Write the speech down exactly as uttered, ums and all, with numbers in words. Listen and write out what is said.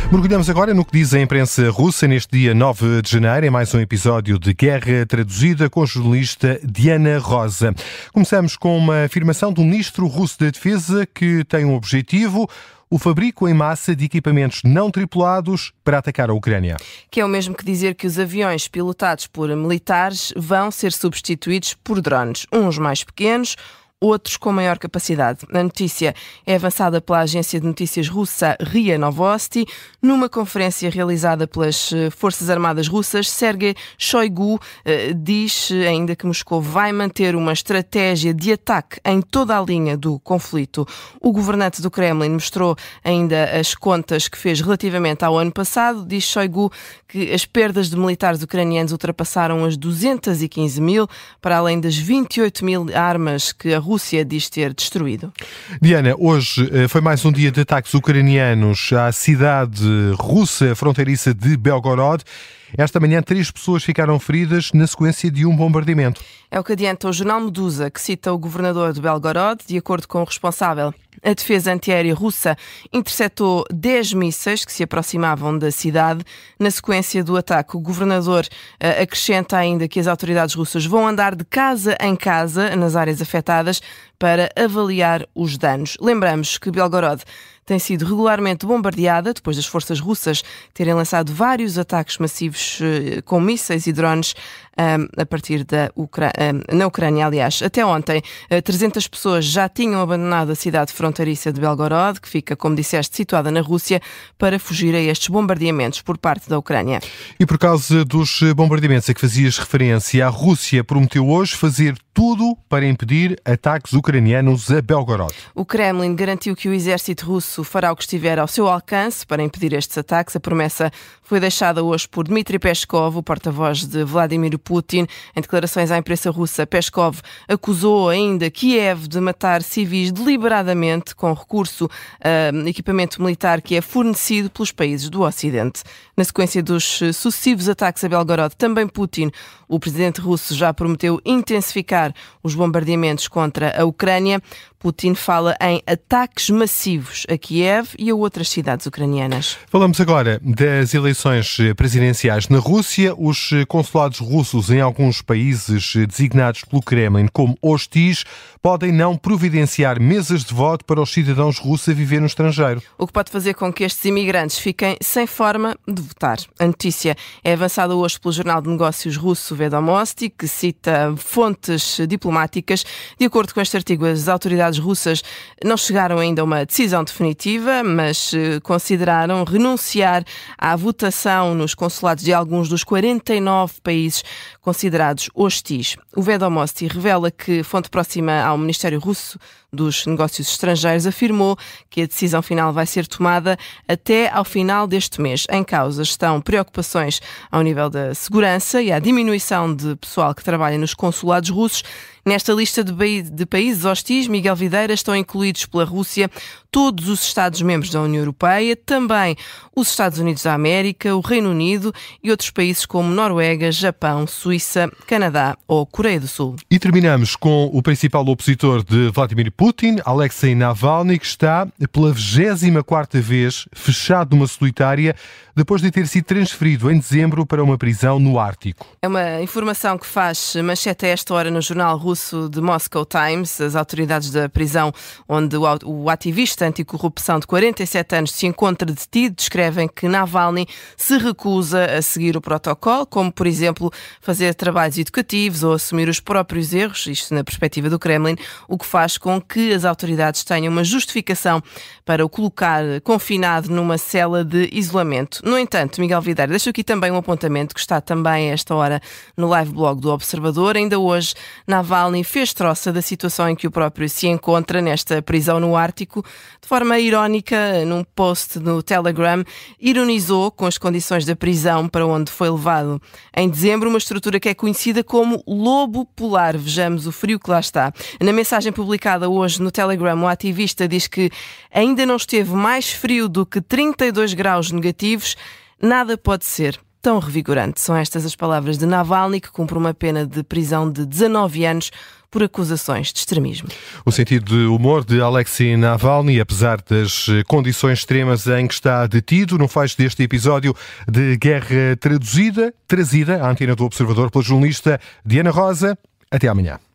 Mergulhamos agora no que diz a imprensa russa neste dia nove de janeiro, em mais um episódio de Guerra Traduzida com a jornalista Diana Rosa. Começamos com uma afirmação do ministro russo da Defesa que tem um objetivo: o fabrico em massa de equipamentos não tripulados para atacar a Ucrânia. Que é o mesmo que dizer que os aviões pilotados por militares vão ser substituídos por drones, uns mais pequenos, outros com maior capacidade. A notícia é avançada pela agência de notícias russa R I A Novosti. Numa conferência realizada pelas Forças Armadas Russas, Sergei Shoigu eh, diz ainda que Moscou vai manter uma estratégia de ataque em toda a linha do conflito. O governante do Kremlin mostrou ainda as contas que fez relativamente ao ano passado. Diz Shoigu que as perdas de militares ucranianos ultrapassaram as duzentos e quinze mil, para além das vinte e oito mil armas que a Rússia diz ter destruído. Diana, hoje foi mais um dia de ataques ucranianos à cidade russa fronteiriça de Belgorod. Esta manhã, três pessoas ficaram feridas na sequência de um bombardeamento. É o que adianta o jornal Medusa, que cita o governador de Belgorod. De acordo com o responsável, a defesa antiaérea russa interceptou dez mísseis que se aproximavam da cidade. Na sequência do ataque, o governador uh, acrescenta ainda que as autoridades russas vão andar de casa em casa nas áreas afetadas para avaliar os danos. Lembramos que Belgorod tem sido regularmente bombardeada depois das forças russas terem lançado vários ataques massivos uh, com mísseis e drones um, a partir da Ucra- um, na Ucrânia. Aliás, até ontem, uh, trezentas pessoas já tinham abandonado a cidade fronteiriça de Belgorod, que fica, como disseste, situada na Rússia, para fugir a estes bombardeamentos por parte da Ucrânia. E por causa dos bombardeamentos a que fazias referência, a Rússia prometeu hoje fazer tudo para impedir ataques ucranianos a Belgorod. O Kremlin garantiu que o exército russo fará o que estiver ao seu alcance para impedir estes ataques. A promessa foi deixada hoje por Dmitry Peskov, o porta-voz de Vladimir Putin. Em declarações à imprensa russa, Peskov acusou ainda Kiev de matar civis deliberadamente com recurso a equipamento militar que é fornecido pelos países do Ocidente. Na sequência dos sucessivos ataques a Belgorod, também Putin, o presidente russo, já prometeu intensificar os bombardeamentos contra a Ucrânia. Putin fala em ataques massivos a Kiev e a outras cidades ucranianas. Falamos agora das eleições presidenciais na Rússia. Os consulados russos em alguns países designados pelo Kremlin como hostis podem não providenciar mesas de voto para os cidadãos russos a viver no estrangeiro. O que pode fazer com que estes imigrantes fiquem sem forma de votar. A notícia é avançada hoje pelo jornal de negócios russo Vedomosti, que cita fontes diplomáticas. De acordo com este artigo, as autoridades russas não chegaram ainda a uma decisão definitiva, mas consideraram renunciar à votação nos consulados de alguns dos quarenta e nove países considerados hostis. O Vedomosti revela que fonte próxima ao Ministério Russo dos Negócios Estrangeiros afirmou que a decisão final vai ser tomada até ao final deste mês. Em causa estão preocupações ao nível da segurança e a diminuição de pessoal que trabalha nos consulados russos. Nesta lista de, ba- de países hostis, Miguel Videira, estão incluídos pela Rússia todos os Estados-membros da União Europeia, também os Estados Unidos da América, o Reino Unido e outros países como Noruega, Japão, Suíça, Canadá ou Coreia do Sul. E terminamos com o principal opositor de Vladimir Putin, Alexei Navalny, que está pela vigésima quarta vez fechado numa solitária depois de ter sido transferido em dezembro para uma prisão no Ártico. É uma informação que faz manchete a esta hora no jornal russo de Moscow Times. As autoridades da prisão onde o ativista anticorrupção de quarenta e sete anos se encontra detido descrevem que Navalny se recusa a seguir o protocolo, como, por exemplo, fazer trabalhos educativos ou assumir os próprios erros, isto na perspectiva do Kremlin, o que faz com que as autoridades tenham uma justificação para o colocar confinado numa cela de isolamento. No entanto, Miguel Videira, deixo aqui também um apontamento que está também a esta hora no live blog do Observador. Ainda hoje, Navalny fez troça da situação em que o próprio se encontra nesta prisão no Ártico. De forma irónica, num post no Telegram, ironizou com as condições da prisão para onde foi levado em dezembro, uma estrutura que é conhecida como lobo polar. Vejamos o frio que lá está. Na mensagem publicada hoje no Telegram, o ativista diz que ainda não esteve mais frio do que trinta e dois graus negativos. Nada pode ser tão revigorante. São estas as palavras de Navalny, que cumpre uma pena de prisão de dezanove anos por acusações de extremismo. O sentido de humor de Alexei Navalny, apesar das condições extremas em que está detido, no fecho deste episódio de Guerra Traduzida, trazida à antena do Observador pela jornalista Diana Rosa. Até amanhã.